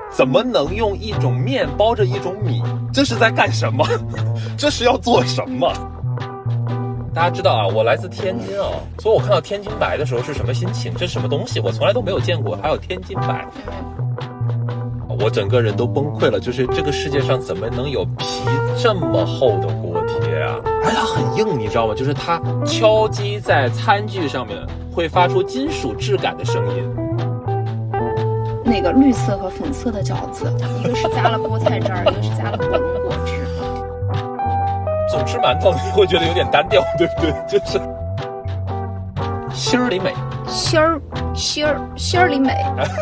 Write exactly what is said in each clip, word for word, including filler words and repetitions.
怎么能用一种面包着一种米？这是在干什么？这是要做什么？大家知道啊，我来自天津啊，所以我看到天津白的时候是什么心情？这是什么东西？我从来都没有见过，还有天津白。我整个人都崩溃了，就是这个世界上怎么能有皮这么厚的锅贴啊？而它很硬，你知道吗？就是它敲击在餐具上面会发出金属质感的声音。 那个绿色和粉色的饺子，一个是加了菠菜汁儿，一个是加了火龙果汁。 总吃馒头你会觉得有点单调，对不对？就是心儿里美， 心儿心儿心儿里美。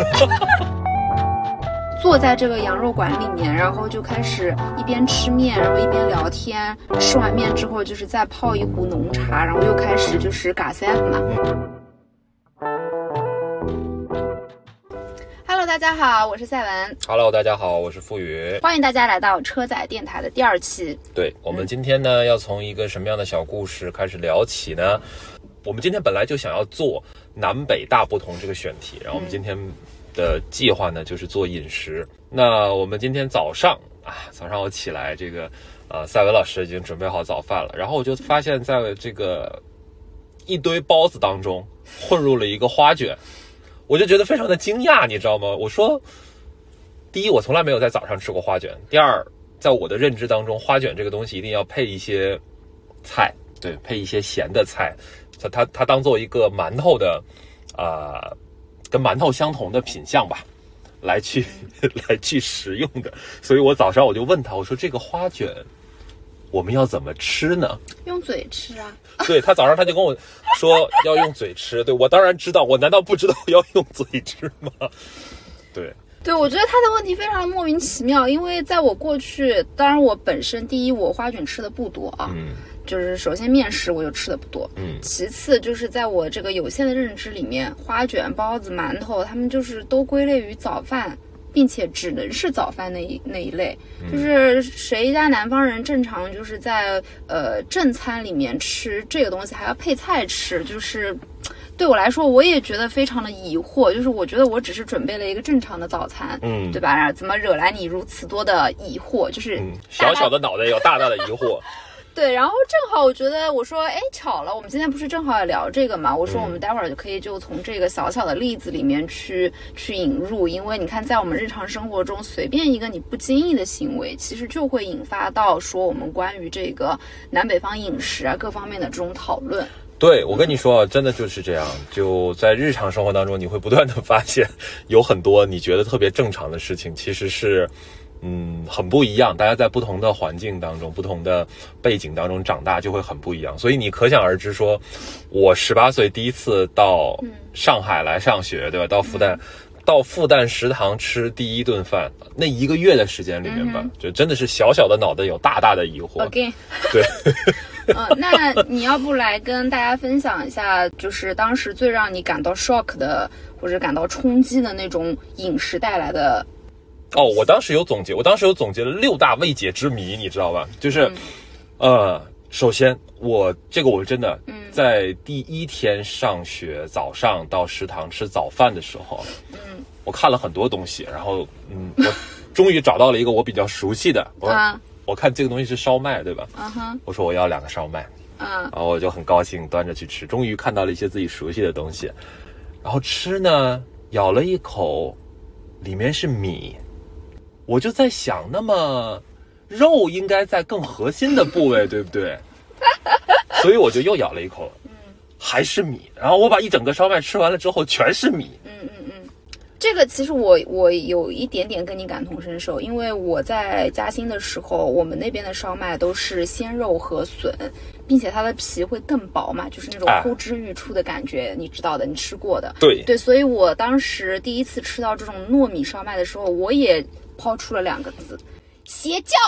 坐在这个羊肉馆里面，然后就开始一边吃面，然后一边聊天。吃完面之后，就是再泡一壶浓茶，然后又开始就是嘎塞嘛。Hello， 大家好，我是赛文。 Hello， 大家好，我是付宇。 欢迎大家来到车载电台的第二期。 对，我们今天呢，要从一个什么样的小故事开始聊起呢？我们今天本来就想要做南北大不同这个选题，然后我们今天的计划呢就是做饮食。那我们今天早上啊，早上我起来，这个呃，赛文老师已经准备好早饭了，然后我就发现在这个一堆包子当中混入了一个花卷，我就觉得非常的惊讶，你知道吗？我说，第一，我从来没有在早上吃过花卷；第二，在我的认知当中，花卷这个东西一定要配一些菜，对，配一些咸的菜，它它它当做一个馒头的，啊、呃。跟馒头相同的品相吧，来去来去食用的。所以我早上我就问他，我说这个花卷我们要怎么吃呢？ 用嘴吃啊。 对，他早上他就跟我说要用嘴吃。对，我当然知道，我难道不知道要用嘴吃吗？对对，我觉得他的问题非常莫名其妙，因为在我过去，当然我本身第一我花卷吃的不多啊。嗯，就是首先面食我就吃的不多，嗯，其次就是在我这个有限的认知里面，花卷、包子、馒头，他们就是都归类于早饭，并且只能是早饭那一那一类。嗯、就是谁家南方人正常就是在呃正餐里面吃这个东西还要配菜吃，就是对我来说我也觉得非常的疑惑。就是我觉得我只是准备了一个正常的早餐，嗯，对吧？然后怎么惹来你如此多的疑惑？就是、 嗯、小小的脑袋有大大的疑惑。 对，然后正好我觉得我说，哎，巧了，我们今天不是正好要聊这个嘛？我说我们待会儿就可以就从这个小小的例子里面去去引入，因为你看，在我们日常生活中，随便一个你不经意的行为，其实就会引发到说我们关于这个南北方饮食啊各方面的这种讨论。 对，我跟你说，真的就是这样。就在日常生活当中，你会不断的发现，有很多你觉得特别正常的事情，其实是。嗯，很不一样。大家在不同的环境当中、不同的背景当中长大，就会很不一样。所以你可想而知说，说我十八岁第一次到上海来上学，对吧？到复旦，嗯、到复旦食堂吃第一顿饭，那一个月的时间里面吧，嗯、就真的是小小的脑袋有大大的疑惑。 OK， 对。 嗯，那你要不来跟大家分享一下，就是当时最让你感到 shock 的，或者感到冲击的那种饮食带来的。 哦，我当时有总结，我当时有总结了六大未解之谜，你知道吧？就是，嗯、呃，首先我这个我真的在第一天上学，早上到食堂吃早饭的时候，嗯，我看了很多东西，然后嗯，我终于找到了一个我比较熟悉的，我、啊、我看这个东西是烧麦，对吧？啊哈，我说我要两个烧麦，啊，然后我就很高兴端着去吃，终于看到了一些自己熟悉的东西，然后吃呢，咬了一口，里面是米。我就在想，那么肉应该在更核心的部位，对不对？所以我就又咬了一口，嗯，还是米。然后我把一整个烧麦吃完了之后，全是米。 嗯嗯嗯，这个其实我我有一点点跟你感同身受，因为我在嘉兴的时候，我们那边的烧麦都是鲜肉和笋，并且它的皮会更薄嘛，就是那种呼之欲出的感觉，哎、你知道的，你吃过的。 对对，所以我当时第一次吃到这种糯米烧麦的时候，我也抛出了两个字：邪教。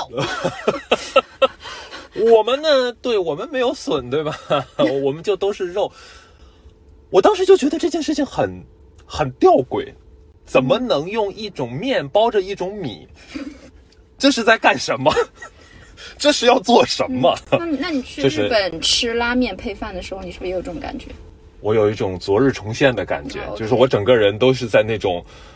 我们呢，对我们没有笋，对吧？我们就都是肉。我当时就觉得这件事情很很吊诡，怎么能用一种面包着一种米？这是在干什么？这是要做什么？ 嗯、那你那你去日本吃拉面配饭的时候，你是不是也有这种感觉？ 我有一种昨日重现的感觉， 哦 okay、 就是我整个人都是在那种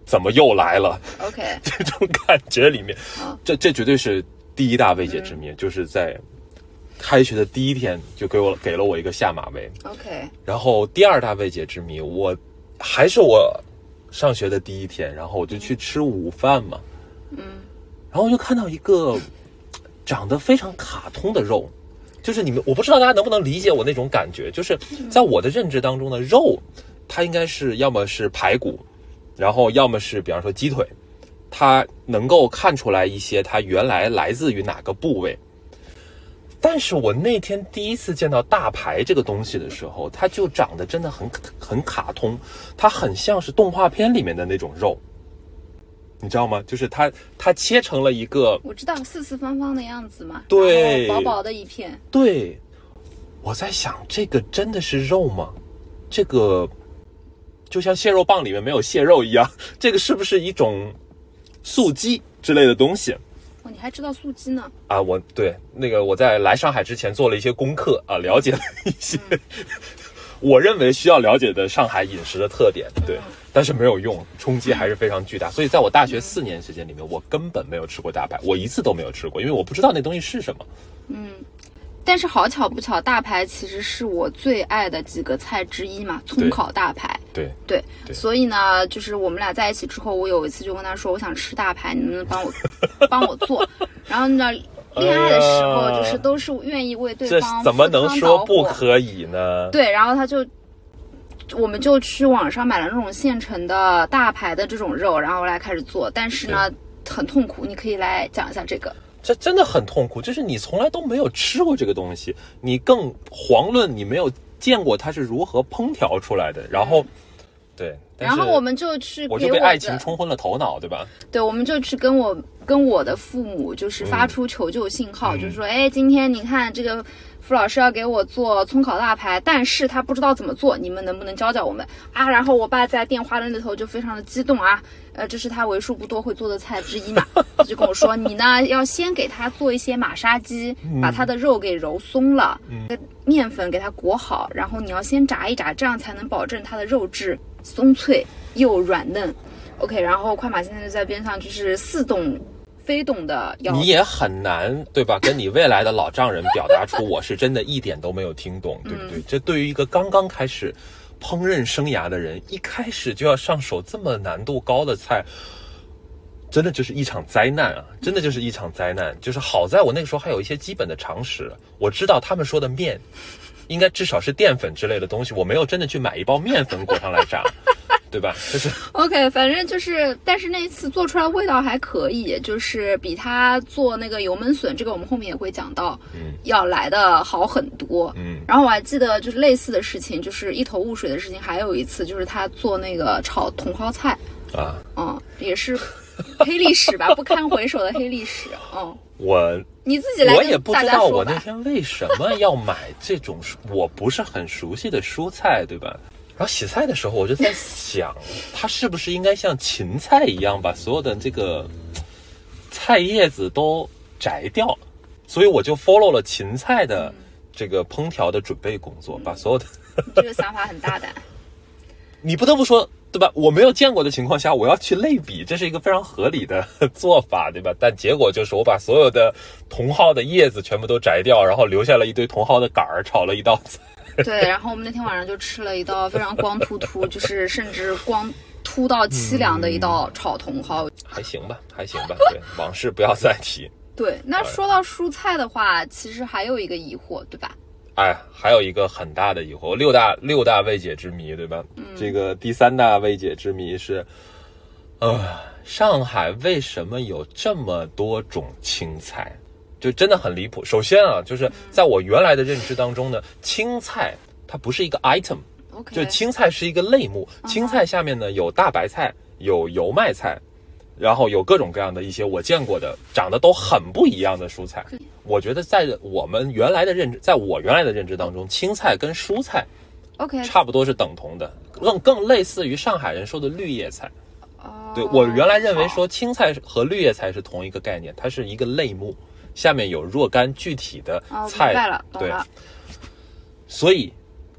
怎么又来了 ？OK， 这种感觉里面，哦、这这绝对是第一大未解之谜，嗯、就是在开学的第一天就给我给了我一个下马威。 OK， 然后第二大未解之谜，我还是我上学的第一天，然后我就去吃午饭嘛，嗯，然后我就看到一个长得非常卡通的肉。就是你们，我不知道大家能不能理解我那种感觉，就是在我的认知当中的肉，它应该是要么是排骨，然后要么是比方说鸡腿，它能够看出来一些它原来来自于哪个部位。但是我那天第一次见到大排这个东西的时候，它就长得真的很很卡通，它很像是动画片里面的那种肉。你知道吗？就是它，它切成了一个， 我知道四四方方的样子嘛， 对， 薄薄的一片。 对，我在想，这个真的是肉吗？这个就像蟹肉棒里面没有蟹肉一样，这个是不是一种素鸡之类的东西？ 哦，你还知道素鸡呢？ 啊，我对那个我在来上海之前做了一些功课啊，了解了一些、嗯、我认为需要了解的上海饮食的特点，对。嗯，但是没有用，冲击还是非常巨大。所以在我大学四年时间里面，我根本没有吃过大排，我一次都没有吃过，因为我不知道那东西是什么。 嗯，但是好巧不巧，大排其实是我最爱的几个菜之一嘛，葱烤大排。 对对, 对, 对，所以呢，就是我们俩在一起之后，我有一次就跟他说，我想吃大排，你能不能帮我帮我做？然后呢，恋爱的时候就是都是愿意为对方、 呃、这怎么能说不可以呢？ 对，然后他就。我们就去网上买了那种现成的大排的这种肉，然后来开始做，但是呢很痛苦。你可以来讲一下这个。 这真的很痛苦，就是你从来都没有吃过这个东西，你更遑论你没有见过它是如何烹调出来的。然后，嗯、对， 然后我们就去给我， 我就被爱情冲昏了头脑，对吧？ 对，我们就去跟我跟我的父母就是发出求救信号，嗯、就是说，哎，今天你看这个。傅老师要给我做葱烤大排，但是他不知道怎么做，你们能不能教教我们啊？然后我爸在电话的那头就非常的激动啊，呃，这是他为数不多会做的菜之一嘛，就跟我说，你呢要先给他做一些马杀鸡，把他的肉给揉松了，嗯，面粉给他裹好，然后你要先炸一炸，这样才能保证它的肉质松脆又软嫩。OK， 然后快马现在就在边上就是似懂非懂的要， 你也很难对吧？跟你未来的老丈人表达出我是真的一点都没有听懂，对不对？嗯、这对于一个刚刚开始烹饪生涯的人，一开始就要上手这么难度高的菜，真的就是一场灾难啊！真的就是一场灾难。就是好在我那个时候还有一些基本的常识，我知道他们说的面应该至少是淀粉之类的东西，我没有真的去买一包面粉裹上来炸。对吧？就是 OK， 反正就是，但是那一次做出来味道还可以，就是比他做那个油焖笋，这个我们后面也会讲到，嗯，要来的好很多，嗯。然后我还记得就是类似的事情，就是一头雾水的事情，还有一次就是他做那个炒茼蒿菜啊，嗯，也是黑历史吧，不堪回首的黑历史，嗯。 我你自己来我也不知道我那天为什么要买这种我不是很熟悉的蔬菜，对吧？然后洗菜的时候，我就在想，它是不是应该像芹菜一样，把所有的这个菜叶子都摘掉？所以我就 follow 了芹菜的这个烹调的准备工作，嗯、把所有的你这个想法很大胆。 你不得不说，对吧？我没有见过的情况下，我要去类比，这是一个非常合理的做法，对吧？但结果就是我把所有的茼蒿的叶子全部都摘掉，然后留下了一堆茼蒿的杆儿，炒了一道菜。 对，然后我们那天晚上就吃了一道非常光秃秃，就是甚至光秃到凄凉的一道炒茼蒿、嗯。 还行吧，还行吧。对，往事不要再提。 对，那说到蔬菜的话，其实还有一个疑惑，对吧？ 哎，还有一个很大的疑惑，六大六大未解之谜，对吧？嗯、这个第三大未解之谜是，呃，上海为什么有这么多种青菜？就真的很离谱。首先啊，就是在我原来的认知当中呢，青菜它不是一个 item，okay， 就青菜是一个类目。青菜下面呢有大白菜，有油麦菜，然后有各种各样的一些我见过的长得都很不一样的蔬菜。我觉得在我们原来的认知，在我原来的认知当中，青菜跟蔬菜 OK 差不多是等同的，更更类似于上海人说的绿叶菜。对，我原来认为说青菜和绿叶菜是同一个概念，它是一个类目，下面有若干具体的菜。 哦，明白了，懂了。 对，所以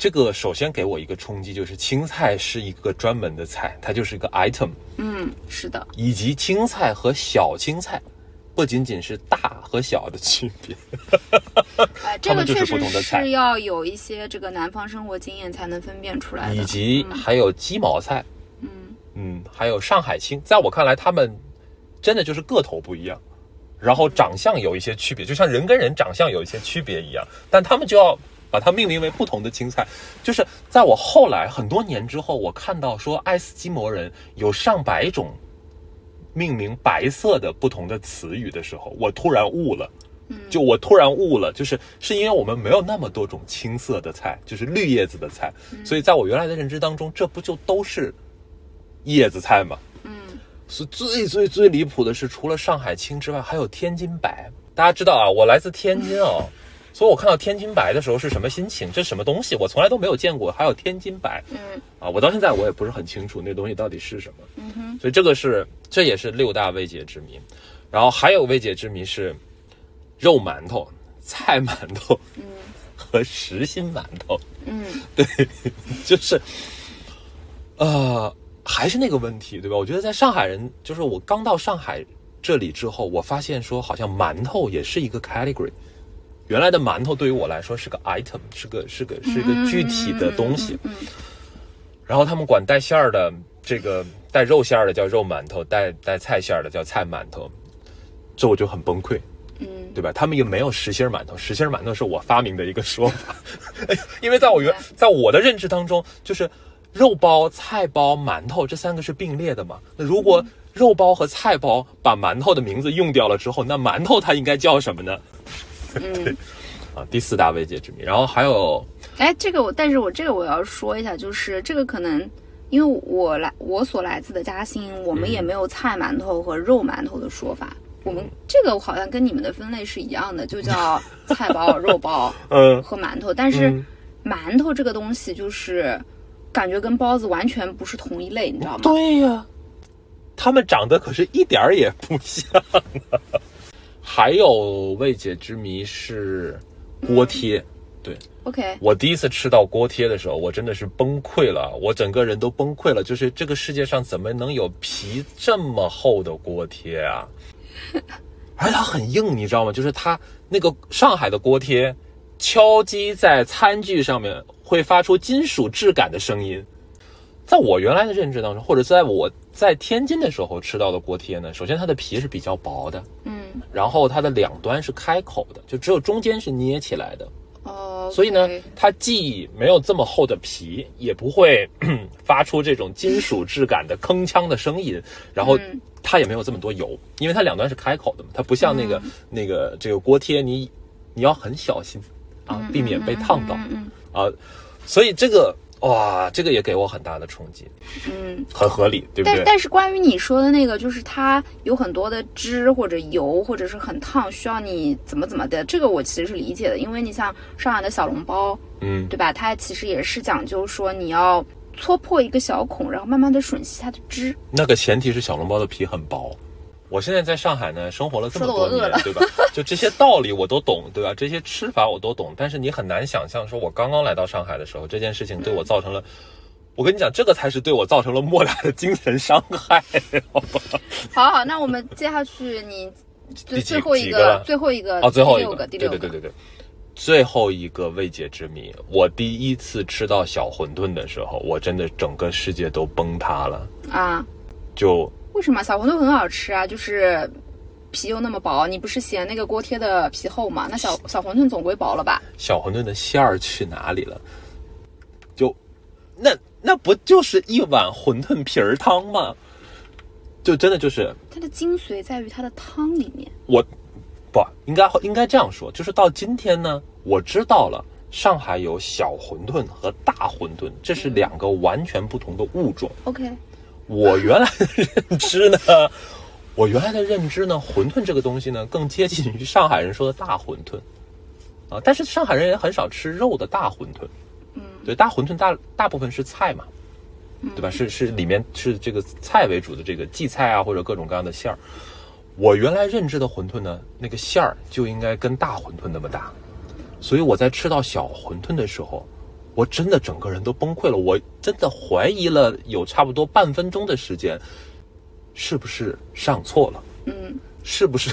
这个首先给我一个冲击，就是青菜是一个专门的菜，它就是一个 item。 嗯，是的。 以及青菜和小青菜，不仅仅是大和小的区别。 哎，这个确实是要有一些这个南方生活经验才能分辨出来的。 以及还有鸡毛菜，嗯嗯，还有上海青，在我看来，他们真的就是个头不一样，然后长相有一些区别，就像人跟人长相有一些区别一样，但他们就要把它命名为不同的青菜。就是在我后来很多年之后，我看到说爱斯基摩人有上百种命名白色的不同的词语的时候，我突然悟了。就我突然悟了，就是是因为我们没有那么多种青色的菜，就是绿叶子的菜，所以在我原来的认知当中，这不就都是叶子菜吗？嗯，所以最最最离谱的是，除了上海青之外，还有天津白。大家知道啊，我来自天津哦，所以我看到天津白的时候是什么心情？这是什么东西？我从来都没有见过。还有天津白，嗯，啊，我到现在我也不是很清楚那东西到底是什么。嗯哼，所以这个是这也是六大未解之谜。然后还有未解之谜是肉馒头、菜馒头，嗯，和实心馒头，嗯，对，就是，呃，还是那个问题，对吧？我觉得在上海人，就是我刚到上海这里之后，我发现说，好像馒头也是一个 category。原来的馒头对于我来说是个 item， 是个是个是一个具体的东西。嗯，然后他们管带馅儿的，这个带肉馅儿的叫肉馒头，带带菜馅儿的叫菜馒头，这我就很崩溃。嗯，对吧？他们又没有实心馒头，实心馒头是我发明的一个说法，因为在我原在我的认知当中，就是肉包、菜包、馒头这三个是并列的嘛。那如果肉包和菜包把馒头的名字用掉了之后，那馒头它应该叫什么呢？嗯，啊，第四大未解之谜。然后还有， 哎，这个我，但是我这个我要说一下，就是这个可能因为我来我所来自的嘉兴，我们也没有菜馒头和肉馒头的说法。我们这个好像跟你们的分类是一样的，就叫菜包、肉包和馒头。但是馒头这个东西就是感觉跟包子完全不是同一类，你知道吗？ 对呀、啊，他们长得可是一点儿也不像、啊。还有未解之谜是锅贴，嗯、对 ，OK。 我第一次吃到锅贴的时候，我真的是崩溃了，我整个人都崩溃了。就是这个世界上怎么能有皮这么厚的锅贴啊？而且它很硬，你知道吗？就是它那个上海的锅贴敲击在餐具上面会发出金属质感的声音。在我原来的认知当中，或者在我在天津的时候吃到的锅贴呢，首先它的皮是比较薄的，嗯，然后它的两端是开口的，就只有中间是捏起来的。 哦、okay ， 所以呢，它既没有这么厚的皮，也不会发出这种金属质感的铿锵的声音，然后它也没有这么多油，因为它两端是开口的嘛，它不像那个、嗯、那个这个锅贴，你你要很小心啊，避免被烫到、嗯、啊，所以这个哇，这个也给我很大的冲击，嗯，很合理，对不对？ 但但是关于你说的那个，就是它有很多的汁或者油，或者是很烫，需要你怎么怎么的，这个我其实是理解的，因为你像上海的小笼包，嗯，对吧？它其实也是讲究说你要戳破一个小孔，然后慢慢的吮吸它的汁。 那个前提是小笼包的皮很薄。我现在在上海呢，生活了这么多年，对吧？就这些道理我都懂，对吧？这些吃法我都懂，但是你很难想象，说我刚刚来到上海的时候，这件事情对我造成了，嗯、我跟你讲，这个才是对我造成了莫大的精神伤害。好吧？ 好好，那我们接下去你最最后一个，最后一个哦，最后一个，第六个， 对对对对对，最后一个未解之谜。我第一次吃到小馄饨的时候，我真的整个世界都崩塌了啊！就。 为什么小馄饨很好吃啊？就是皮又那么薄，你不是嫌那个锅贴的皮厚吗？那小小馄饨总归薄了吧？ 小馄饨的馅儿去哪里了？就那那不就是一碗馄饨皮儿汤吗？就真的就是它的精髓在于它的汤里面。 我不应该应该这样说，就是到今天呢，我知道了上海有小馄饨和大馄饨，这是两个完全不同的物种。 OK。 我原来的认知呢，我原来的认知呢，馄饨这个东西呢，更接近于上海人说的大馄饨，啊，但是上海人也很少吃肉的大馄饨，嗯，对，大馄饨大大部分是菜嘛，对吧？是是里面是这个菜为主的这个荠菜啊，或者各种各样的馅儿。我原来认知的馄饨呢，那个馅儿就应该跟大馄饨那么大，所以我在吃到小馄饨的时候， 我真的整个人都崩溃了，我真的怀疑了有差不多半分钟的时间，是不是上错了？ 嗯， 是不是？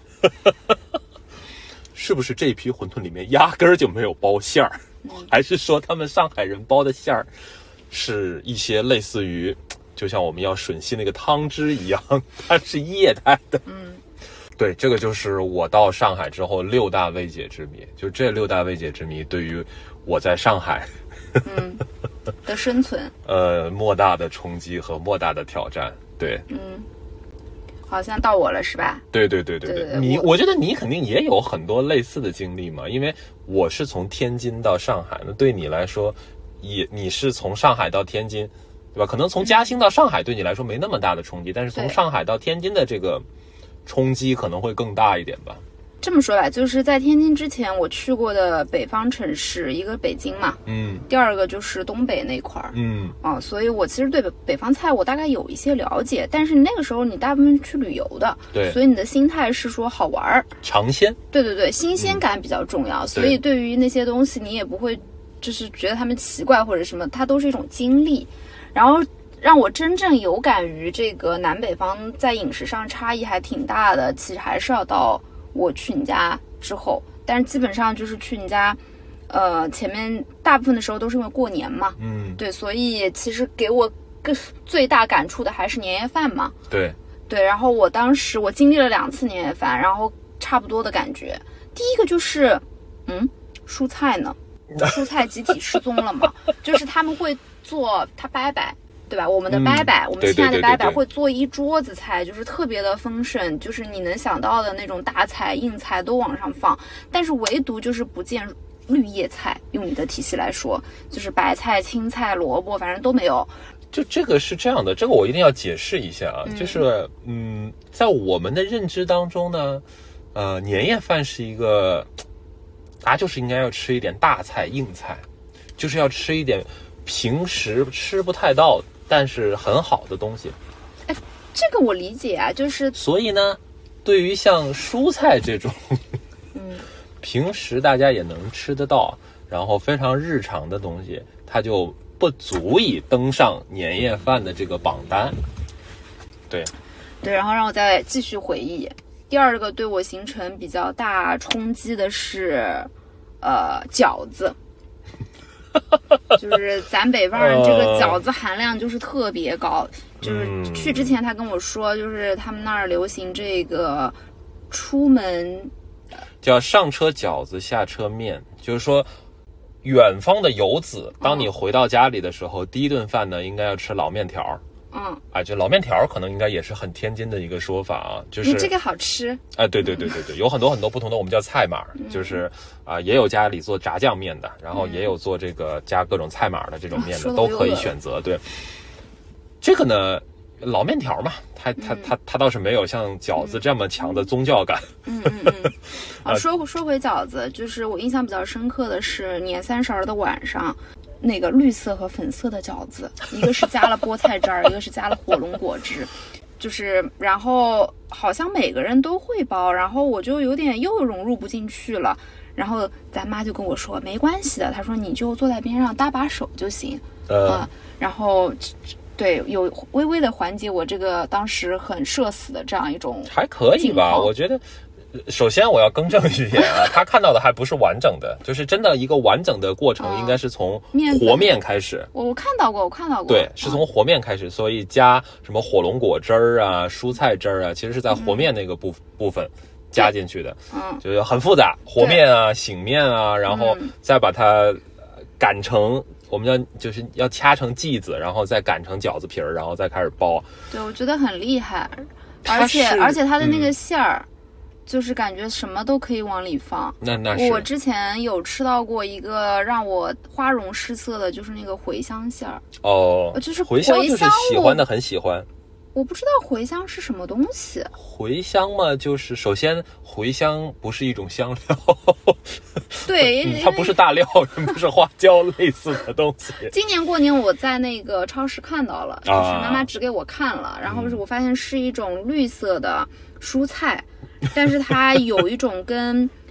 是不是这批馄饨里面压根儿就没有包馅儿？还是说他们上海人包的馅儿是一些类似于，就像我们要吮吸那个汤汁一样，它是液态的？ 嗯， 对，这个就是我到上海之后六大未解之谜。就这六大未解之谜，对于我在上海嗯的生存， 呃，莫大的冲击和莫大的挑战。对， 嗯，好像到我了是吧？ 对对对对对， 对对你我我觉得你肯定也有很多类似的经历嘛，因为我是从天津到上海，那对你来说，也你是从上海到天津，对吧？可能从嘉兴到上海对你来说没那么大的冲击，但是从对上海到天津的这个冲击可能会更大一点吧。 这么说吧，就是在天津之前我去过的北方城市，一个北京嘛， 嗯第二个就是东北那块儿， 嗯啊，所以我其实对北北方菜我大概有一些了解，但是那个时候你大部分去旅游的， 对所以你的心态是说好玩儿， 尝鲜， 对对对，新鲜感比较重要，所以对于那些东西你也不会就是觉得他们奇怪或者什么，它都是一种经历，然后让我真正有感于这个南北方在饮食上差异还挺大的，其实还是要到我去你家之后，但是基本上就是去你家，呃，前面大部分的时候都是因为过年嘛， 嗯， 对，所以其实给我更最大感触的还是年夜饭嘛， 对对，然后我当时我经历了两次年夜饭，然后差不多的感觉，第一个就是，嗯，蔬菜呢，蔬菜集体失踪了嘛，就是他们会做他伯伯。对吧？我们的伯伯、嗯，我们亲爱的伯伯会做一桌子菜，就是特别的丰盛，就是你能想到的那种大菜、硬菜都往上放，但是唯独就是不见绿叶菜。用你的体系来说，就是白菜、青菜、萝卜，反正都没有。 就这个是这样的，这个我一定要解释一下啊，嗯、就是嗯，在我们的认知当中呢，呃，年夜饭是一个，大家就是应该要吃一点大菜、硬菜，就是要吃一点平时吃不太到但是很好的东西。 哎，这个我理解啊，就是所以呢，对于像蔬菜这种， 嗯， 平时大家也能吃得到，然后非常日常的东西，它就不足以登上年夜饭的这个榜单。对， 对，然后让我再继续回忆，第二个对我形成比较大冲击的是，呃，饺子。就是咱北方人这个饺子含量就是特别高，就是去之前他跟我说，就是他们那儿流行这个出门叫上车饺子下车面，就是说远方的游子，当你回到家里的时候，第一顿饭呢应该要吃老面条。 嗯， 啊，就老面条可能应该也是很天津的一个说法啊，就是你这个好吃。 哎，对对对对对，有很多很多不同的，我们叫菜码，嗯、就是啊、呃，也有家里做炸酱面的，然后也有做这个加各种菜码的这种面的， 嗯、 都可以选择。对，这个呢，老面条嘛，它它它它倒是没有像饺子这么强的宗教感。 嗯嗯嗯。啊，说说回饺子，就是我印象比较深刻的是年三十儿的晚上。那个绿色和粉色的饺子，一个是加了菠菜汁儿，一个是加了火龙果汁，就是然后好像每个人都会包，然后我就有点又融入不进去了。然后咱妈就跟我说没关系的，她说你就坐在边上搭把手就行， 呃、 啊，然后对有微微的缓解我这个当时很社死的这样一种还可以吧，我觉得。首先我要更正一点啊，他看到的还不是完整的，就是真的一个完整的过程应该是从和面开始。 我我看到过，我看到过。 对，是从和面开始，所以加什么火龙果汁儿啊、蔬菜汁儿啊，其实是在和面那个部、嗯、部分加进去的。嗯，就是很复杂，和面啊、醒面啊，然后再把它擀成，我们要就是要掐成剂子，然后再擀成饺子皮儿，然后再开始包。 对，我觉得很厉害，而且而且它的那个馅儿。嗯就是感觉什么都可以往里放， 那那是我之前有吃到过一个让我花容失色的，就是那个茴香馅儿。 哦， 就是茴香，就是喜欢的很喜欢。 我不知道茴香是什么东西。 茴香嘛，就是首先茴香不是一种香料， 对， 它不是大料，不是花椒类似的东西。 今年过年我在那个超市看到了，就是妈妈指给我看了，啊、然后我发现是一种绿色的蔬菜。但是它有一种跟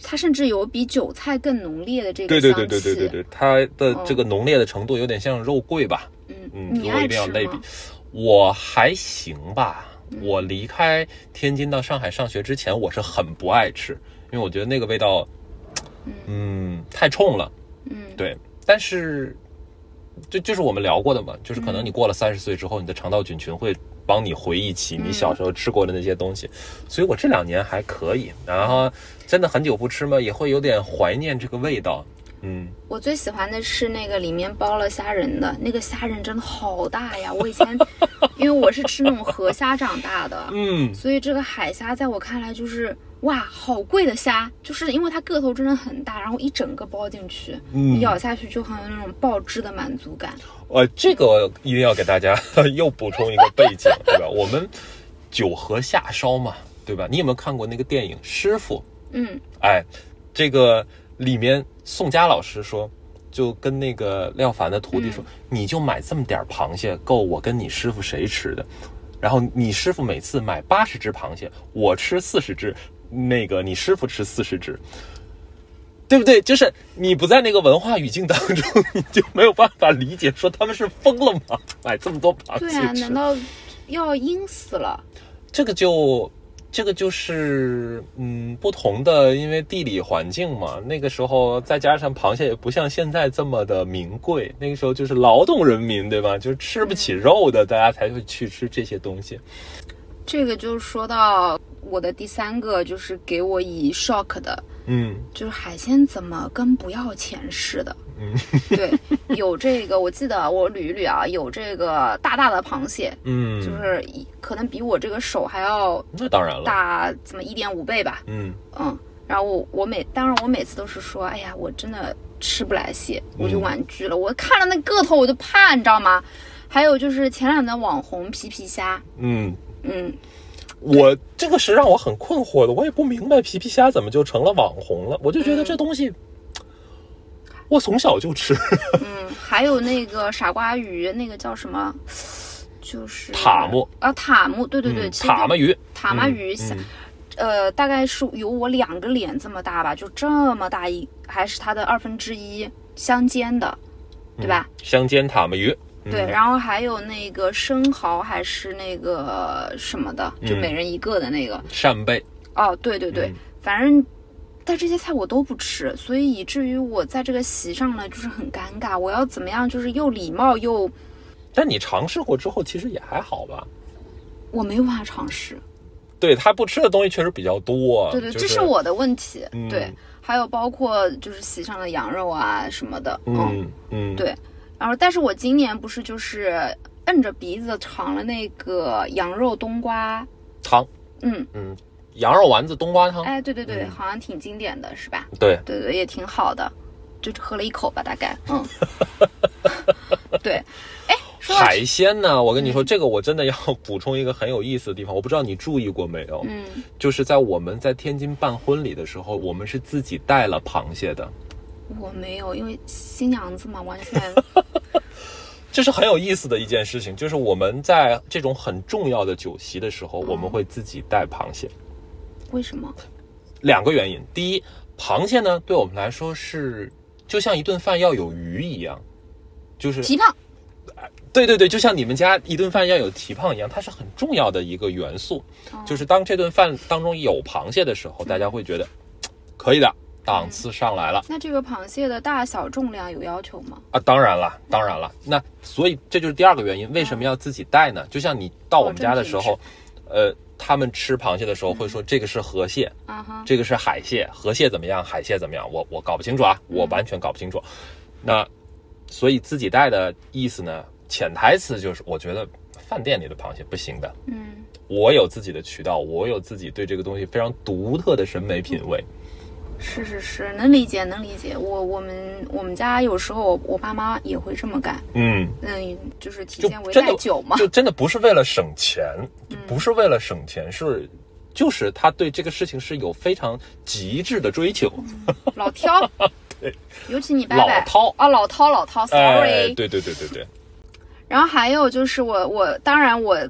它甚至有比韭菜更浓烈的这个对香气。 对对对对对对，它的这个浓烈的程度有点像肉桂吧。 嗯嗯， 你爱如果一定要吃类比吗？， 我还行吧。我离开天津到上海上学之前，我是很不爱吃，因为我觉得那个味道，嗯，太冲了。 嗯， 对。但是，这就是我们聊过的嘛，就是可能你过了三十岁之后，你的肠道菌群会帮你回忆起你小时候吃过的那些东西，所以我这两年还可以。然后真的很久不吃嘛，也会有点怀念这个味道。嗯， 我最喜欢的是那个里面包了虾仁的那个虾仁，真的好大呀！我以前因为我是吃那种河虾长大的， 嗯， 所以这个海虾在我看来就是哇，好贵的虾，就是因为它个头真的很大，然后一整个包进去， 嗯你咬下去就很有那种爆汁的满足感。 呃，这个一定要给大家又补充一个背景，对吧？我们九河下烧嘛，对吧？你有没有看过那个电影《师傅》？ 嗯， 哎，这个里面宋佳老师说，就跟那个廖凡的徒弟说，嗯、你就买这么点螃蟹，够我跟你师傅谁吃的？然后你师傅每次买八十只螃蟹，我吃四十只，那个你师傅吃四十只。对不对？就是你不在那个文化语境当中，你就没有办法理解，说他们是疯了吗？买这么多螃蟹吃？ 对啊，难道要阴死了？ 这个就，这个就是嗯不同的，因为地理环境嘛。那个时候再加上螃蟹也不像现在这么的名贵，那个时候就是劳动人民，对吧？就是吃不起肉的，大家才会去吃这些东西。 这个就说到我的第三个，就是给我以 shock 的。 嗯， 就是海鲜怎么跟不要钱似的。 嗯， 对，有这个，我记得我捋一捋啊，有这个大大的螃蟹， 嗯， 就是可能比我这个手还要那当然了大这么一点五倍吧。 嗯嗯，然后我我每当然我每次都是说，哎呀，我真的吃不来蟹，我就婉拒了。嗯、我看了那个头我就怕，你知道吗？还有就是前两的网红皮皮虾， 嗯嗯。 我这个是让我很困惑的，我也不明白皮皮虾怎么就成了网红了。我就觉得这东西，嗯、我从小就吃。 嗯，还有那个傻瓜鱼，那个叫什么？就是塔目啊，塔目，对对对， 嗯、塔目鱼， 塔目鱼，嗯嗯、呃，大概是有我两个脸这么大吧，就这么大一，还是它的二分之一相间的，对吧？ 嗯、相间塔目鱼。 对，然后还有那个生蚝，还是那个什么的，就每人一个的那个、 嗯、扇贝。 哦，对对对，嗯、反正但这些菜我都不吃，所以以至于我在这个席上呢，就是很尴尬。我要怎么样，就是又礼貌又…… 但你尝试过之后，其实也还好吧？ 我没有办法尝试。 对，他不吃的东西确实比较多。 对对， 就是、 这是我的问题。 嗯、 对，还有包括就是席上的羊肉啊什么的。 嗯嗯, 嗯对。然后，但是我今年不是就是摁着鼻子尝了那个羊肉冬瓜汤， 嗯嗯，羊肉丸子冬瓜汤， 哎，对对对， 嗯、 好像挺经典的，是吧？ 对对对，也挺好的，就喝了一口吧，大概，嗯，对，哎， 海鲜呢，我跟你说，嗯、这个我真的要补充一个很有意思的地方，我不知道你注意过没有， 嗯， 就是在我们在天津办婚礼的时候，我们是自己带了螃蟹的。 我没有，因为新娘子嘛，完全。 这是很有意思的一件事情，就是我们在这种很重要的酒席的时候，嗯、我们会自己带螃蟹。 为什么？ 两个原因。第一，螃蟹呢，对我们来说是就像一顿饭要有鱼一样，就是提胖。 对对对，就像你们家一顿饭要有蹄膀一样，它是很重要的一个元素。哦、就是当这顿饭当中有螃蟹的时候，嗯、大家会觉得可以的。档次上来了、嗯， 那这个螃蟹的大小重量有要求吗？ 啊，当然了，当然了。那所以这就是第二个原因，为什么要自己带呢？嗯、就像你到我们家的时候，呃，他们吃螃蟹的时候会说这个是河蟹， 嗯、 这个是海蟹，河蟹怎么样，海蟹怎么样？我我搞不清楚啊，我完全搞不清楚。嗯、那所以自己带的意思呢，潜台词就是我觉得饭店里的螃蟹不行的。 嗯， 我有自己的渠道，我有自己对这个东西非常独特的审美品味。 是是是，能理解能理解。我我们我们家有时候我爸妈也会这么干。 嗯嗯，就是体现为带酒嘛， 就真的不是为了省钱， 嗯、 不是为了省钱，是就是他对这个事情是有非常极致的追求。 嗯、老挑， 对， 尤其你伯伯老饕啊，老饕老饕 ，sorry，、 哎、对对对对对。 然后还有就是我我当然我。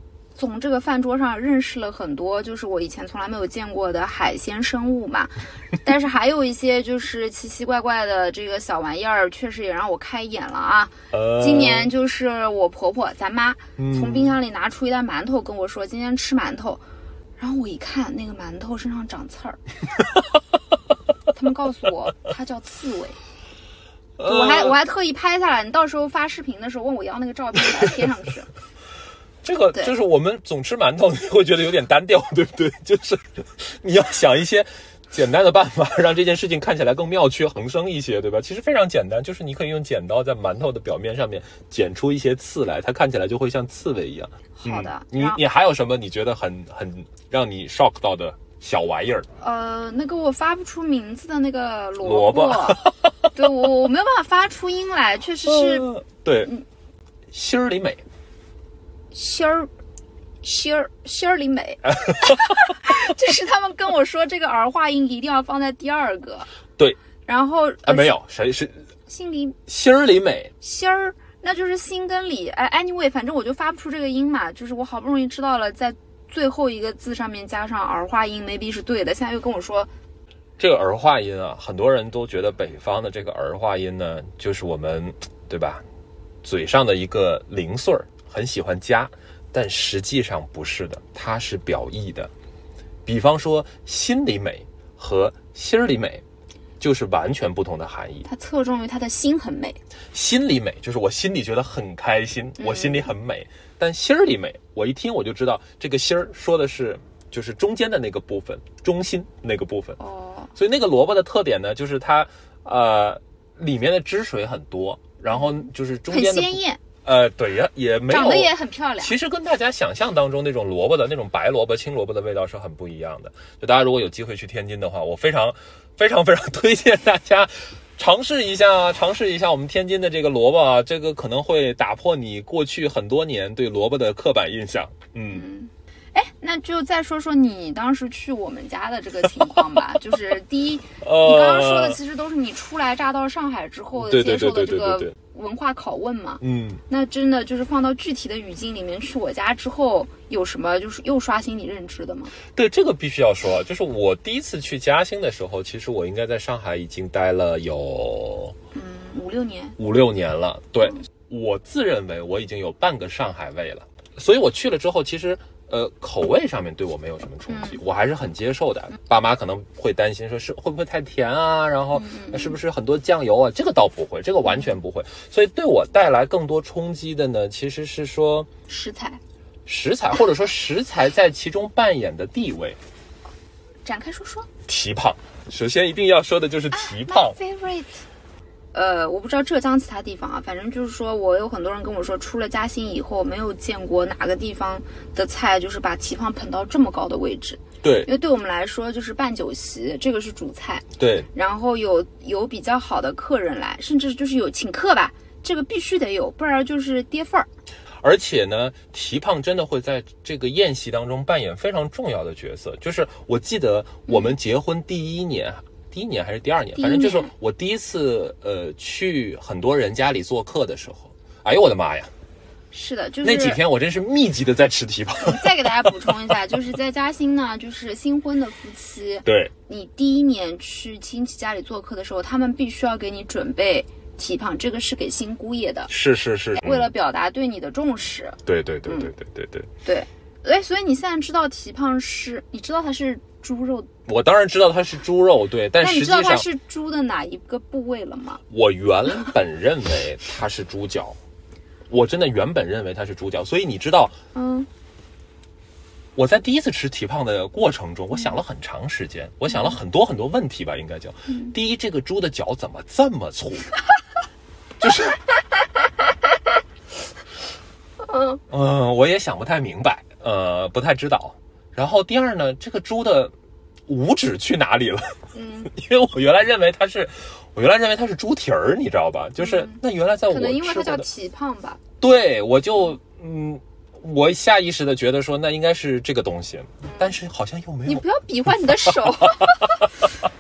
从这个饭桌上认识了很多就是我以前从来没有见过的海鲜生物嘛，但是还有一些就是奇奇怪怪的这个小玩意儿，确实也让我开眼了啊。呃、今年就是我婆婆咱妈从冰箱里拿出一袋馒头跟我说今天吃馒头，然后我一看那个馒头身上长刺儿，他们告诉我它叫刺猬。我还我还特意拍下来，你到时候发视频的时候问我要那个照片，把它贴上去。 这个就是我们总吃馒头，你会觉得有点单调，对不对？就是你要想一些简单的办法，让这件事情看起来更妙趣横生一些，对吧？其实非常简单，就是你可以用剪刀在馒头的表面上面剪出一些刺来，它看起来就会像刺猬一样。 好的， 嗯、你你还有什么你觉得很很让你 shock 到的小玩意儿？ 呃，那个我发不出名字的那个萝卜，对我我没有办法发出音来，确实是、呃、 对，嗯、心儿里美， 心儿心儿心儿里美，就是他们跟我说这个儿化音一定要放在第二个， 对， 然后啊、呃、没有谁是心里心儿里美， 心儿那就是心跟里，哎 ，anyway， 反正我就发不出这个音嘛，就是我好不容易知道了在最后一个字上面加上儿化音 maybe 是对的，现在又跟我说这个儿化音啊，很多人都觉得北方的这个儿化音呢，就是我们对吧嘴上的一个零碎儿，很喜欢加，但实际上不是的，它是表意的。比方说心里美和心儿里美就是完全不同的含义。 它侧重于它的心很美， 心里美就是我心里觉得很开心，我心里很美、嗯、但心儿里美我一听我就知道这个心儿说的是就是中间的那个部分，中心那个部分。哦，所以那个萝卜的特点呢，就是它呃里面的汁水很多，然后就是中间的很鲜艳。 呃，对呀，也没有长得也很漂亮。 其实跟大家想象当中那种萝卜的那种白萝卜、青萝卜的味道是很不一样的。就大家如果有机会去天津的话，我非常、非常、非常推荐大家尝试一下，尝试一下我们天津的这个萝卜啊，这个可能会打破你过去很多年对萝卜的刻板印象。嗯。嗯哎，那就再说说你当时去我们家的这个情况吧。就是第一， 呃、 你刚刚说的其实都是你初来乍到上海之后接受的这个文化拷问嘛。 嗯， 那真的就是放到具体的语境里面，去我家之后有什么就是又刷新你认知的吗？ 对，这个必须要说，就是我第一次去嘉兴的时候，其实我应该在上海已经待了有嗯五六年， 五六年了。对、嗯，我自认为我已经有半个上海味了，所以我去了之后，其实。呃，口味上面对我没有什么冲击、嗯，我还是很接受的。爸妈可能会担心说是会不会太甜啊，然后是不是很多酱油啊？这个倒不会，这个完全不会。所以对我带来更多冲击的呢，其实是说食材， 食材或者说食材在其中扮演的地位。 展开说说。 蹄膀，首先一定要说的就是蹄膀。 啊、My favorite。呃，我不知道浙江其他地方啊，反正就是说我有很多人跟我说，出了嘉兴以后没有见过哪个地方的菜就是把蹄膀捧到这么高的位置。 对， 因为对我们来说就是办酒席，这个是主菜。 对， 然后有有比较好的客人来，甚至就是有请客吧，这个必须得有，不然就是跌份儿。 而且呢，蹄膀真的会在这个宴席当中扮演非常重要的角色。就是我记得我们结婚第一年。嗯第一年还是第二年，反正就是我第一次呃去很多人家里做客的时候，哎呦我的妈呀！ 是的，就是那几天我真是密集的在吃蹄膀。 再给大家补充一下，就是在嘉兴呢，就是新婚的夫妻， 对， 你第一年去亲戚家里做客的时候，他们必须要给你准备蹄膀，这个是给新姑爷的。 是是是， 为了表达对你的重视。 对对对对对对对对。对，所以你现在知道蹄膀是，你知道它是猪肉？ 我当然知道它是猪肉，对，但实际上那你知道它是猪的哪一个部位了吗？ 我原本认为它是猪脚，我真的原本认为它是猪脚，所以你知道， 嗯， 我在第一次吃蹄膀的过程中，我想了很长时间，我想了很多很多问题吧，应该叫， 嗯、 第一，这个猪的脚怎么这么粗？就是， 嗯嗯、呃，我也想不太明白。呃，不太知道。然后第二呢，这个猪的五指去哪里了？ 嗯， 因为我原来认为它是，我原来认为它是猪蹄儿，你知道吧？就是、嗯、那原来在我可能因为它叫蹄膀吧。 对，我就嗯，我下意识的觉得说那应该是这个东西，但是好像又没有。 你不要比划你的手，它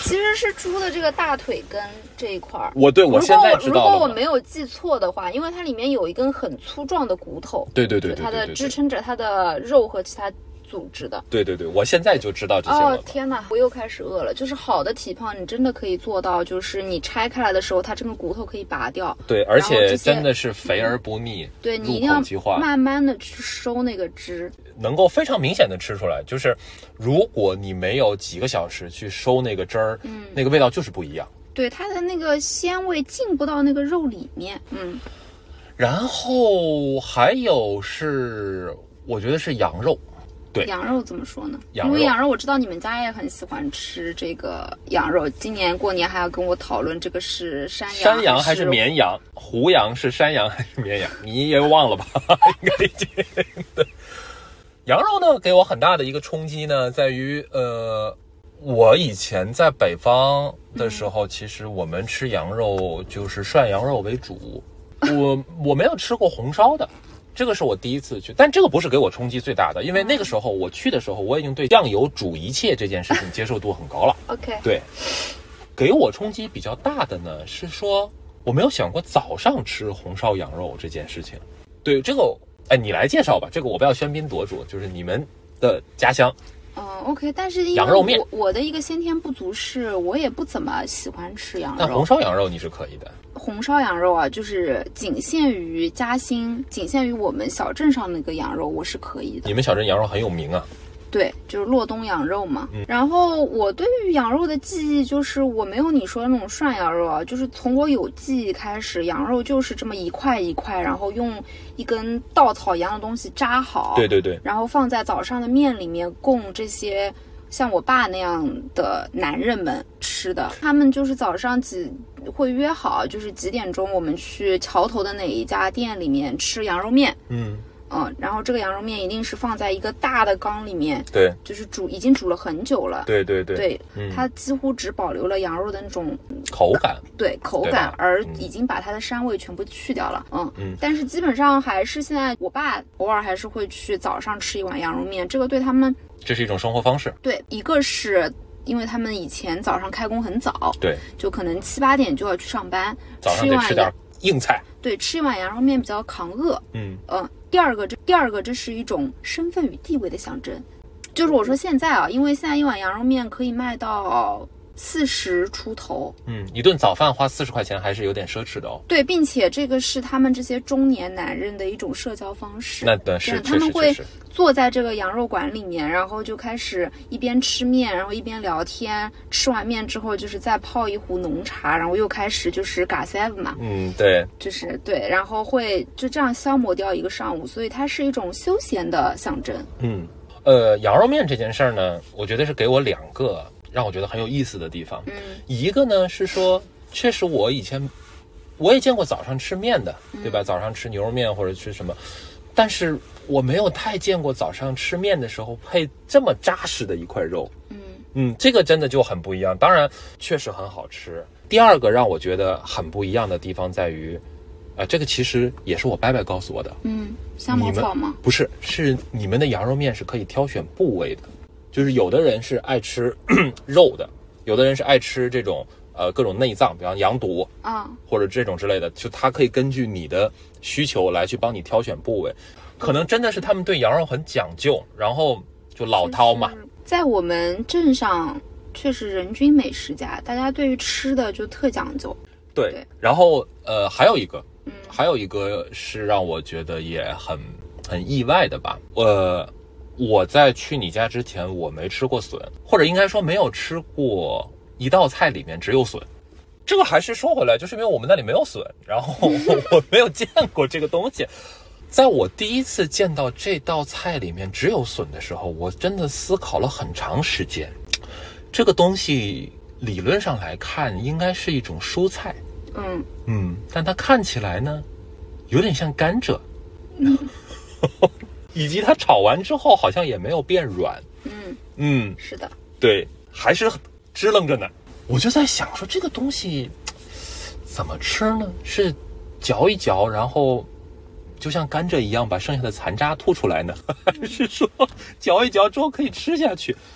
其实是猪的这个大腿根这一块儿。 我对我现在知道了。 如果我没有记错的话，因为它里面有一根很粗壮的骨头， 对对对对， 它的支撑着它的肉和其他组织的。 对对对，我现在就知道这些了。 哦天哪，我又开始饿了。就是好的体胖，你真的可以做到，就是你拆开来的时候，它这个骨头可以拔掉。 对，而且真的是肥而不腻。嗯、 对，你一定要慢慢的去收那个汁， 能够非常明显的吃出来。就是如果你没有几个小时去收那个汁儿，嗯，那个味道就是不一样。 对，它的那个鲜味进不到那个肉里面。嗯， 然后还有是，我觉得是羊肉。对， 羊肉怎么说呢？因为羊肉我知道你们家也很喜欢吃这个羊肉，今年过年还要跟我讨论这个是山羊山羊还是绵羊，胡羊是山羊还是绵羊，你也忘了吧？应该已经对。羊肉呢给我很大的一个冲击呢，在于呃，我以前在北方的时候，嗯、其实我们吃羊肉就是涮羊肉为主，我我没有吃过红烧的。这个是我第一次去，但这个不是给我冲击最大的，因为那个时候我去的时候，我已经对酱油煮一切这件事情接受度很高了。 OK， 对，给我冲击比较大的呢是说，我没有想过早上吃红烧羊肉这件事情。对这个，哎，你来介绍吧，这个我不要喧宾夺主，就是你们的家乡。 嗯、呃、，OK， 但是因为羊肉面， 我我的一个先天不足是，我也不怎么喜欢吃羊肉。 但红烧羊肉你是可以的。 红烧羊肉啊，就是仅限于嘉兴，仅限于我们小镇上那个羊肉，我是可以的。 你们小镇羊肉很有名啊。 对，就是洛东羊肉嘛。嗯、然后我对于羊肉的记忆就是我没有你说的那种涮羊肉啊，就是从我有记忆开始，羊肉就是这么一块一块，然后用一根稻草一样的东西扎好。 对对对。 然后放在早上的面里面供这些像我爸那样的男人们吃的。他们就是早上几会约好，就是几点钟我们去桥头的哪一家店里面吃羊肉面。 嗯。 嗯，然后这个羊肉面一定是放在一个大的缸里面， 对， 就是煮，已经煮了很久了， 对对对， 对，嗯、它几乎只保留了羊肉的那种口感， 对口感，而已经把它的膻味全部去掉了，嗯嗯，但是基本上还是现在我爸偶尔还是会去早上吃一碗羊肉面，这个对他们这是一种生活方式， 对，一个是因为他们以前早上开工很早， 对， 就可能七八点就要去上班， 早上得吃点硬菜， 对，吃一碗羊肉面比较抗饿， 嗯嗯。呃第二个，这第二个，这是一种身份与地位的象征。就是我说现在啊，因为现在一碗羊肉面可以卖到四十出头， 嗯，一顿早饭花四十块钱还是有点奢侈的哦。 对，并且这个是他们这些中年男人的一种社交方式。 那对是， 他们会坐在这个羊肉馆里面，然后就开始一边吃面，然后一边聊天。吃完面之后，就是再泡一壶浓茶，然后又开始就是嘎塞嘛。 嗯，对， 就是对，然后会就这样消磨掉一个上午，所以它是一种休闲的象征。 嗯，呃，羊肉面这件事儿呢，我觉得是给我两个让我觉得很有意思的地方。 嗯， 一个呢是说，确实我以前我也见过早上吃面的，对吧？嗯、早上吃牛肉面或者吃什么，但是我没有太见过早上吃面的时候配这么扎实的一块肉。 嗯嗯，这个真的就很不一样。当然，确实很好吃。第二个让我觉得很不一样的地方在于，呃，这个其实也是我伯伯告诉我的。 嗯，香茅草吗？ 不是，是你们的羊肉面是可以挑选部位的。就是有的人是爱吃肉的，有的人是爱吃这种呃各种内脏，比方羊肚啊， 或者这种之类的，就它可以根据你的需求来去帮你挑选部位。可能真的是他们对羊肉很讲究，然后就老饕嘛。 在我们镇上，确实人均美食家，大家对于吃的就特讲究。 对，对然后呃还有一个， 嗯， 还有一个是让我觉得也很很意外的吧，呃。我在去你家之前，我没吃过笋，或者应该说没有吃过一道菜里面只有笋。这个还是说回来，就是因为我们那里没有笋，然后我没有见过这个东西。在我第一次见到这道菜里面只有笋的时候，我真的思考了很长时间。这个东西理论上来看应该是一种蔬菜， 嗯嗯，但它看起来呢，有点像甘蔗。 嗯以及它炒完之后好像也没有变软， 嗯嗯， 是的， 对，还是支棱着呢。我就在想说这个东西怎么吃呢？是嚼一嚼，然后就像甘蔗一样把剩下的残渣吐出来呢，还是说嚼一嚼之后可以吃下去？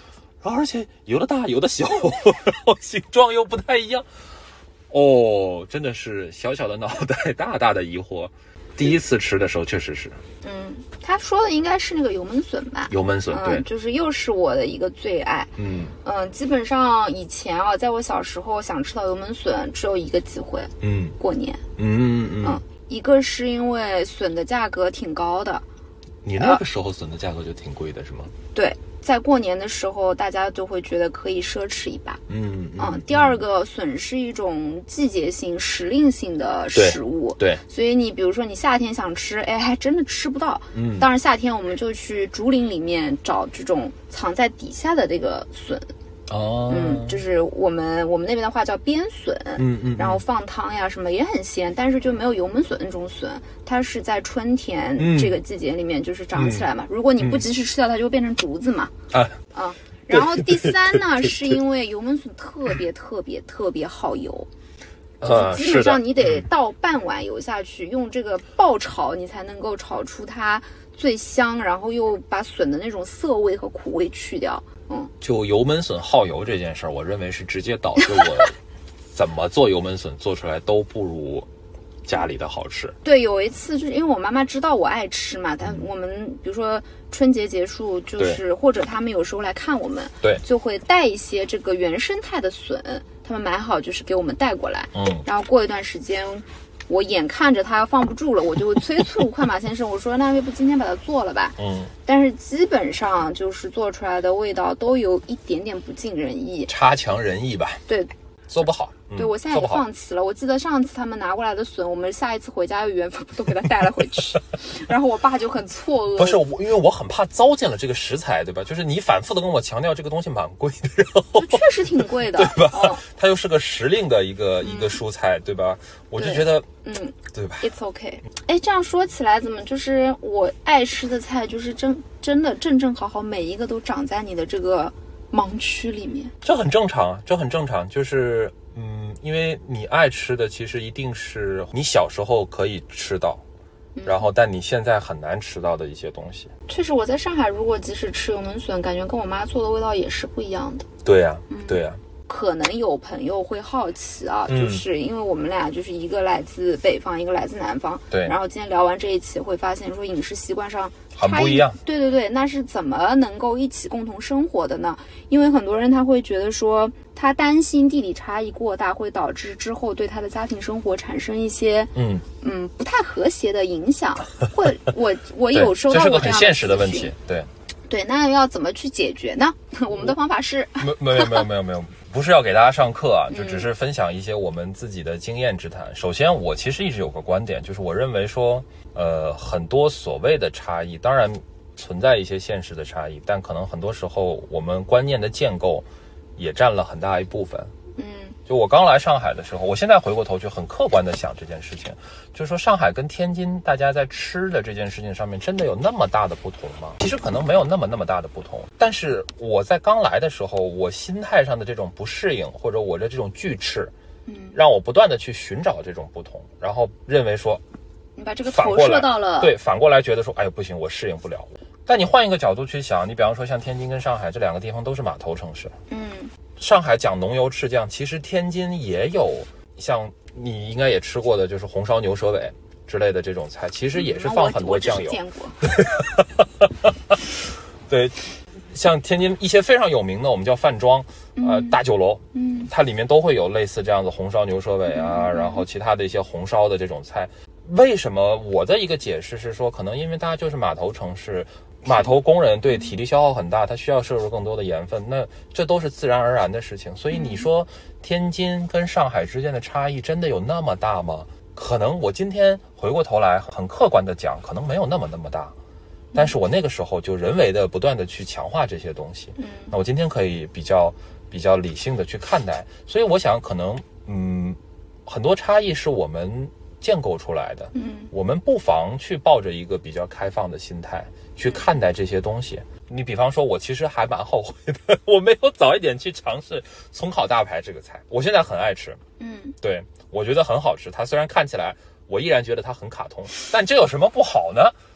然后而且有的大有的小，然后形状又不太一样。哦，真的是小小的脑袋，大大的疑惑。第一次吃的时候确实是， 嗯，他说的应该是那个油焖笋吧？ 油焖笋，对， 嗯，就是又是我的一个最爱。 嗯嗯，基本上以前啊，在我小时候想吃到油焖笋，只有一个机会， 嗯， 过年。 嗯嗯嗯，一个是因为笋的价格挺高的， 你那个时候笋的价格就挺贵的，是吗？ 对。在过年的时候，大家就会觉得可以奢侈一把。 嗯 嗯, 嗯。第二个，笋是一种季节性、时令性的食物， 对，对所以你比如说你夏天想吃，哎，还真的吃不到。 嗯。 当然夏天我们就去竹林里面找这种藏在底下的这个笋。 哦， 嗯，就是我们我们那边的话叫边笋， 嗯嗯， 然后放汤呀什么也很鲜，但是就没有油焖笋那种笋，它是在春天这个季节里面就是长起来嘛，嗯、如果你不及时吃掉，它就会变成竹子嘛。 啊啊，然后第三呢，是因为油焖笋特别特别特别耗油。就是基本上你得倒半碗油下去，用这个爆炒，你才能够炒出它最香，然后又把笋的那种涩味和苦味去掉。嗯， 就油焖笋耗油这件事儿，我认为是直接导致我怎么做油焖笋做出来都不如家里的好吃。 对，有一次就是因为我妈妈知道我爱吃嘛，但我们比如说春节结束，就是或者他们有时候来看我们， 对， 就会带一些这个原生态的笋，他们买好就是给我们带过来。 嗯， 然后过一段时间，我眼看着它要放不住了，我就会催促快马先生，我说那要不今天把它做了吧。 嗯， 但是基本上就是做出来的味道都有一点点不尽人意， 差强人意吧。 对， 做不好。嗯、 对，我现在也放弃了。我记得上次他们拿过来的笋，我们下一次回家又原封都给他带了回去，然后我爸就很错愕。 不是我，因为我很怕糟践了这个食材，对吧？就是你反复的跟我强调这个东西蛮贵的，然后确实挺贵的， 对吧？ 哦、 它又是个时令的一个、嗯、一个蔬菜，对吧？我就觉得， 嗯， 对吧 ？It's okay。哎，这样说起来，怎么就是我爱吃的菜，就是真真的正正好好每一个都长在你的这个盲区里面？ 这很正常，这很正常，就是。嗯，因为你爱吃的其实一定是你小时候可以吃到，嗯、然后但你现在很难吃到的一些东西。 确实，我在上海如果即使吃油焖笋，感觉跟我妈做的味道也是不一样的。 对呀、啊， 嗯、 对呀、啊。 可能有朋友会好奇啊， 嗯、 就是因为我们俩就是一个来自北方，一个来自南方， 对。 然后今天聊完这一期，会发现说饮食习惯上很不一样。 对对对，那是怎么能够一起共同生活的呢？因为很多人他会觉得说，他担心地理差异过大会导致之后对他的家庭生活产生一些嗯嗯不太和谐的影响。会我我有收到过这样的这是个很现实的问题，对对，那要怎么去解决呢？我们的方法是没没有没有没有没有。不是要给大家上课啊，就只是分享一些我们自己的经验之谈。嗯、首先，我其实一直有个观点，就是我认为说，呃，很多所谓的差异，当然存在一些现实的差异，但可能很多时候我们观念的建构也占了很大一部分。 嗯， 就我刚来上海的时候，我现在回过头去很客观的想这件事情，就是说上海跟天津，大家在吃的这件事情上面真的有那么大的不同吗？其实可能没有那么那么大的不同，但是我在刚来的时候，我心态上的这种不适应，或者我的这种拒斥， 嗯， 让我不断的去寻找这种不同，然后认为说， 你把这个投射到了， 对，反过来觉得说，哎呦不行，我适应不了。但你换一个角度去想，你比方说像天津跟上海这两个地方都是码头城市， 嗯。 上海讲浓油赤酱，其实天津也有像你应该也吃过的，就是红烧牛舌尾之类的这种菜，其实也是放很多酱油。 嗯、我我见过。 对，像天津一些非常有名的，我们叫饭庄，呃， 嗯、 大酒楼， 嗯， 它里面都会有类似这样的红烧牛舌尾啊， 嗯、 然后其他的一些红烧的这种菜。为什么我的一个解释是说，可能因为大家就是码头城市。码头工人对体力消耗很大，他需要摄入更多的盐分，那这都是自然而然的事情。所以你说天津跟上海之间的差异真的有那么大吗？可能我今天回过头来很客观的讲，可能没有那么那么大，但是我那个时候就人为的不断的去强化这些东西，那我今天可以比较比较理性的去看待。所以我想可能嗯很多差异是我们建构出来的， 嗯， 我们不妨去抱着一个比较开放的心态去看待这些东西。你比方说我其实还蛮后悔的，我没有早一点去尝试葱烤大排这个菜，我现在很爱吃， 嗯， 对，我觉得很好吃。它虽然看起来我依然觉得它很卡通，但这有什么不好呢？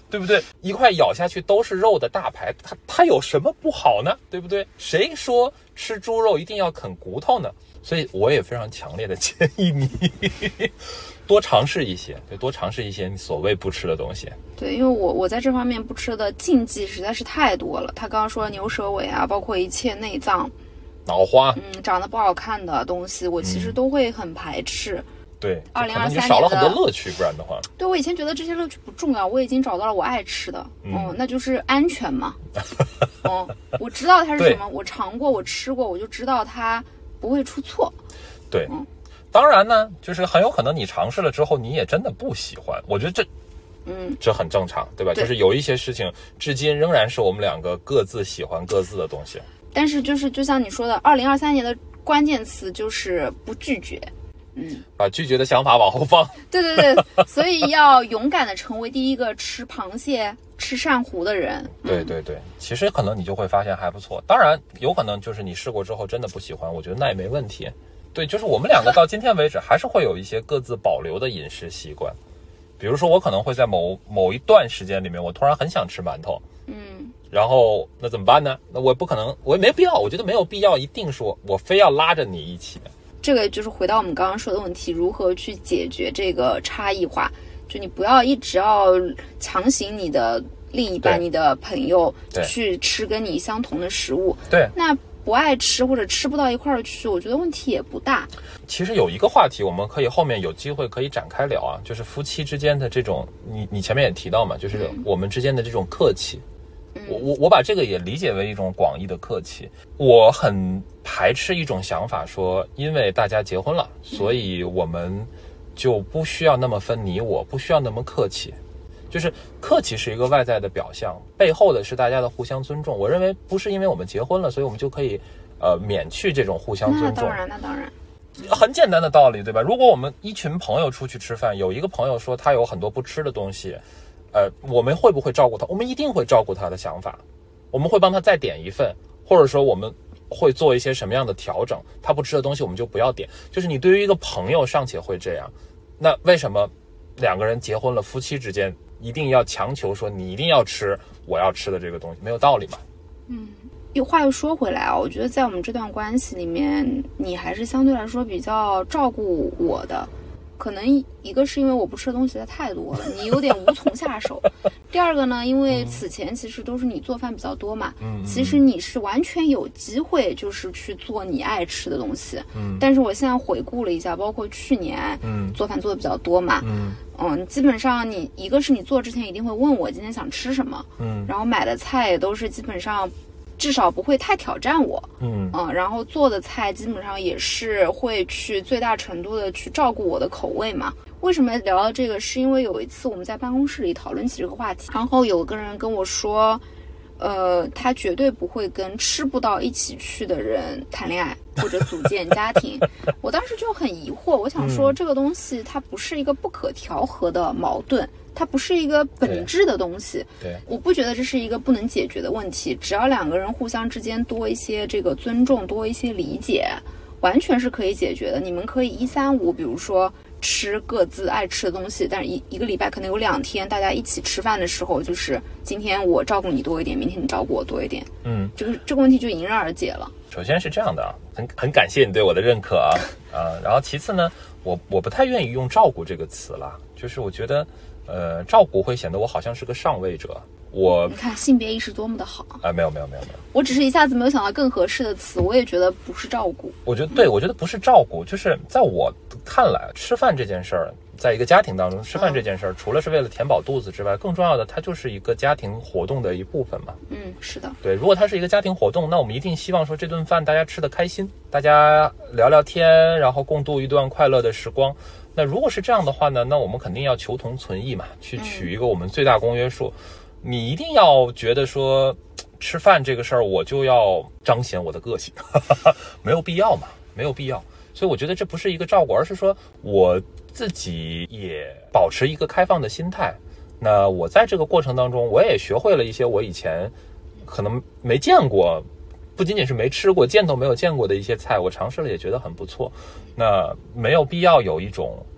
对不对？一块咬下去都是肉的大排，它它有什么不好呢？对不对？谁说吃猪肉一定要啃骨头呢？所以我也非常强烈的建议你多尝试一些，对，多尝试一些你所谓不吃的东西。 对，因为我我在这方面不吃的禁忌实在是太多了。他刚刚说牛舌尾啊，包括一切内脏、 脑花， 嗯，长得不好看的东西，我其实都会很排斥。嗯对， 二零二三年你少了很多乐趣，不然的话。 对，我以前觉得这些乐趣不重要，我已经找到了我爱吃的，嗯，嗯那就是安全嘛。嗯，我知道它是什么，我尝过，我吃过，我就知道它不会出错。 对，嗯，当然呢，就是很有可能你尝试了之后，你也真的不喜欢。我觉得这，嗯，这很正常，对吧？对，就是有一些事情，至今仍然是我们两个各自喜欢各自的东西。 但是就是就像你说的，二零二三年的关键词就是不拒绝。嗯， 把拒绝的想法往后放。 对对对，所以要勇敢的成为第一个吃螃蟹、吃鳝糊的人。 嗯、对对对，其实可能你就会发现还不错。当然，有可能就是你试过之后真的不喜欢，我觉得那也没问题。对，就是我们两个到今天为止还是会有一些各自保留的饮食习惯。比如说，我可能会在某某一段时间里面，我突然很想吃馒头。嗯，然后那怎么办呢？那我不可能，我也没必要，我觉得没有必要一定说我非要拉着你一起。 这个就是回到我们刚刚说的问题，如何去解决这个差异化？就你不要一直要强行你的另一半、你的朋友去吃跟你相同的食物。 对， 那不爱吃或者吃不到一块儿去，我觉得问题也不大。 其实有一个话题，我们可以后面有机会可以展开聊啊，就是夫妻之间的这种，你你前面也提到嘛，就是我们之间的这种客气。我我我把这个也理解为一种广义的客气。我很排斥一种想法，说因为大家结婚了，所以我们就不需要那么分你我，不需要那么客气。就是客气是一个外在的表象，背后的是大家的互相尊重。我认为不是因为我们结婚了，所以我们就可以呃免去这种互相尊重。 那当然，那当然。 很简单的道理，对吧？如果我们一群朋友出去吃饭，有一个朋友说他有很多不吃的东西，呃，我们会不会照顾他？我们一定会照顾他的想法，我们会帮他再点一份，或者说我们会做一些什么样的调整？他不吃的东西我们就不要点。就是你对于一个朋友尚且会这样，那为什么两个人结婚了，夫妻之间一定要强求说你一定要吃我要吃的这个东西？没有道理嘛。 嗯，又话又说回来啊，我觉得在我们这段关系里面，你还是相对来说比较照顾我的。可能一个是因为我不吃的东西实在太多了，你有点无从下手。第二个呢，因为此前其实都是你做饭比较多嘛，嗯，其实你是完全有机会就是去做你爱吃的东西，嗯，但是我现在回顾了一下，包括去年，嗯，做饭做的比较多嘛，嗯嗯，基本上你一个是你做之前一定会问我今天想吃什么，嗯，然后买的菜也都是基本上。至少不会太挑战我，嗯嗯，然后做的菜基本上也是会去最大程度的去照顾我的口味嘛。为什么聊到这个？是因为有一次我们在办公室里讨论起这个话题，然后有个人跟我说，呃，他绝对不会跟吃不到一起去的人谈恋爱或者组建家庭。我当时就很疑惑，我想说这个东西它不是一个不可调和的矛盾。它不是一个本质的东西，对，对，我不觉得这是一个不能解决的问题。只要两个人互相之间多一些这个尊重，多一些理解，完全是可以解决的。你们可以一三五，比如说吃各自爱吃的东西，但是一一个礼拜可能有两天，大家一起吃饭的时候，就是今天我照顾你多一点，明天你照顾我多一点，嗯，这个这个问题就迎刃而解了。 首先是这样的啊，很很感谢你对我的认可啊啊，然后其次呢，我我不太愿意用照顾这个词了，就是我觉得。呃，照顾会显得我好像是个上位者。我你看性别意识多么的好啊、 呃！没有没有没有没有， 我只是一下子没有想到更合适的词，我也觉得不是照顾。 我觉得对，我觉得不是照顾，就是在我看来，吃饭这件事儿，在一个家庭当中，吃饭这件事儿，嗯、除了是为了填饱肚子之外，更重要的，它就是一个家庭活动的一部分嘛。 嗯，是的。 对，如果它是一个家庭活动，那我们一定希望说这顿饭大家吃得开心，大家聊聊天，然后共度一段快乐的时光。那如果是这样的话呢，那我们肯定要求同存异嘛，去取一个我们最大公约数。嗯、你一定要觉得说吃饭这个事儿我就要彰显我的个性，没有必要嘛，没有必要。所以我觉得这不是一个照顾，而是说我自己也保持一个开放的心态。那我在这个过程当中，我也学会了一些我以前可能没见过，不仅仅是没吃过，见都没有见过的一些菜，我尝试了也觉得很不错。那没有必要有一种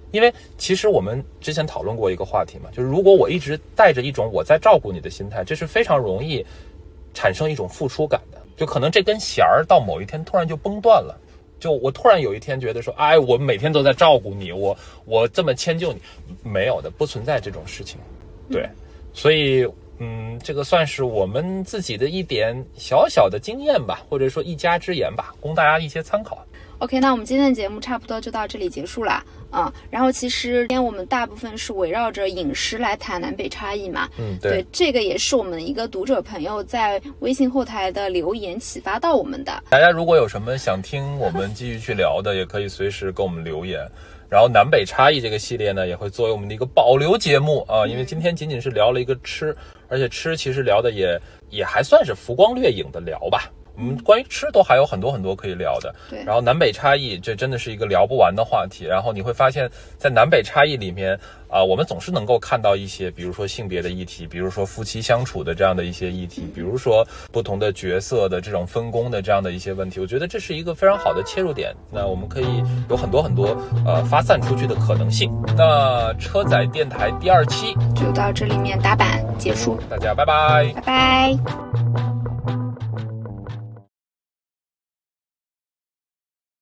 因为其实我们之前讨论过一个话题嘛，就是如果我一直带着一种我在照顾你的心态，这是非常容易产生一种付出感的，就可能这根弦儿到某一天突然就崩断了。就我突然有一天觉得说，哎，我每天都在照顾你，我我这么迁就你，没有的，不存在这种事情。对，所以嗯，这个算是我们自己的一点小小的经验吧，或者说一家之言吧，供大家一些参考。 OK， 那我们今天的节目差不多就到这里结束了啊。然后其实今天我们大部分是围绕着饮食来谈南北差异嘛。 嗯，对， 对，这个也是我们一个读者朋友在微信后台的留言启发到我们的。 大家如果有什么想听我们继续去聊的，也可以随时给我们留言。然后南北差异这个系列呢，也会作为我们的一个保留节目啊，因为今天仅仅是聊了一个吃，而且吃其实聊的也也还算是浮光掠影的聊吧。我们关于吃都还有很多很多可以聊的， 对。 然后南北差异，这真的是一个聊不完的话题。然后你会发现在南北差异里面啊、呃，我们总是能够看到一些，比如说性别的议题，比如说夫妻相处的这样的一些议题，比如说不同的角色的这种分工的这样的一些问题。我觉得这是一个非常好的切入点。那我们可以有很多很多呃发散出去的可能性。那车载电台第二期就到这里面打板结束， 大家拜拜， 拜拜。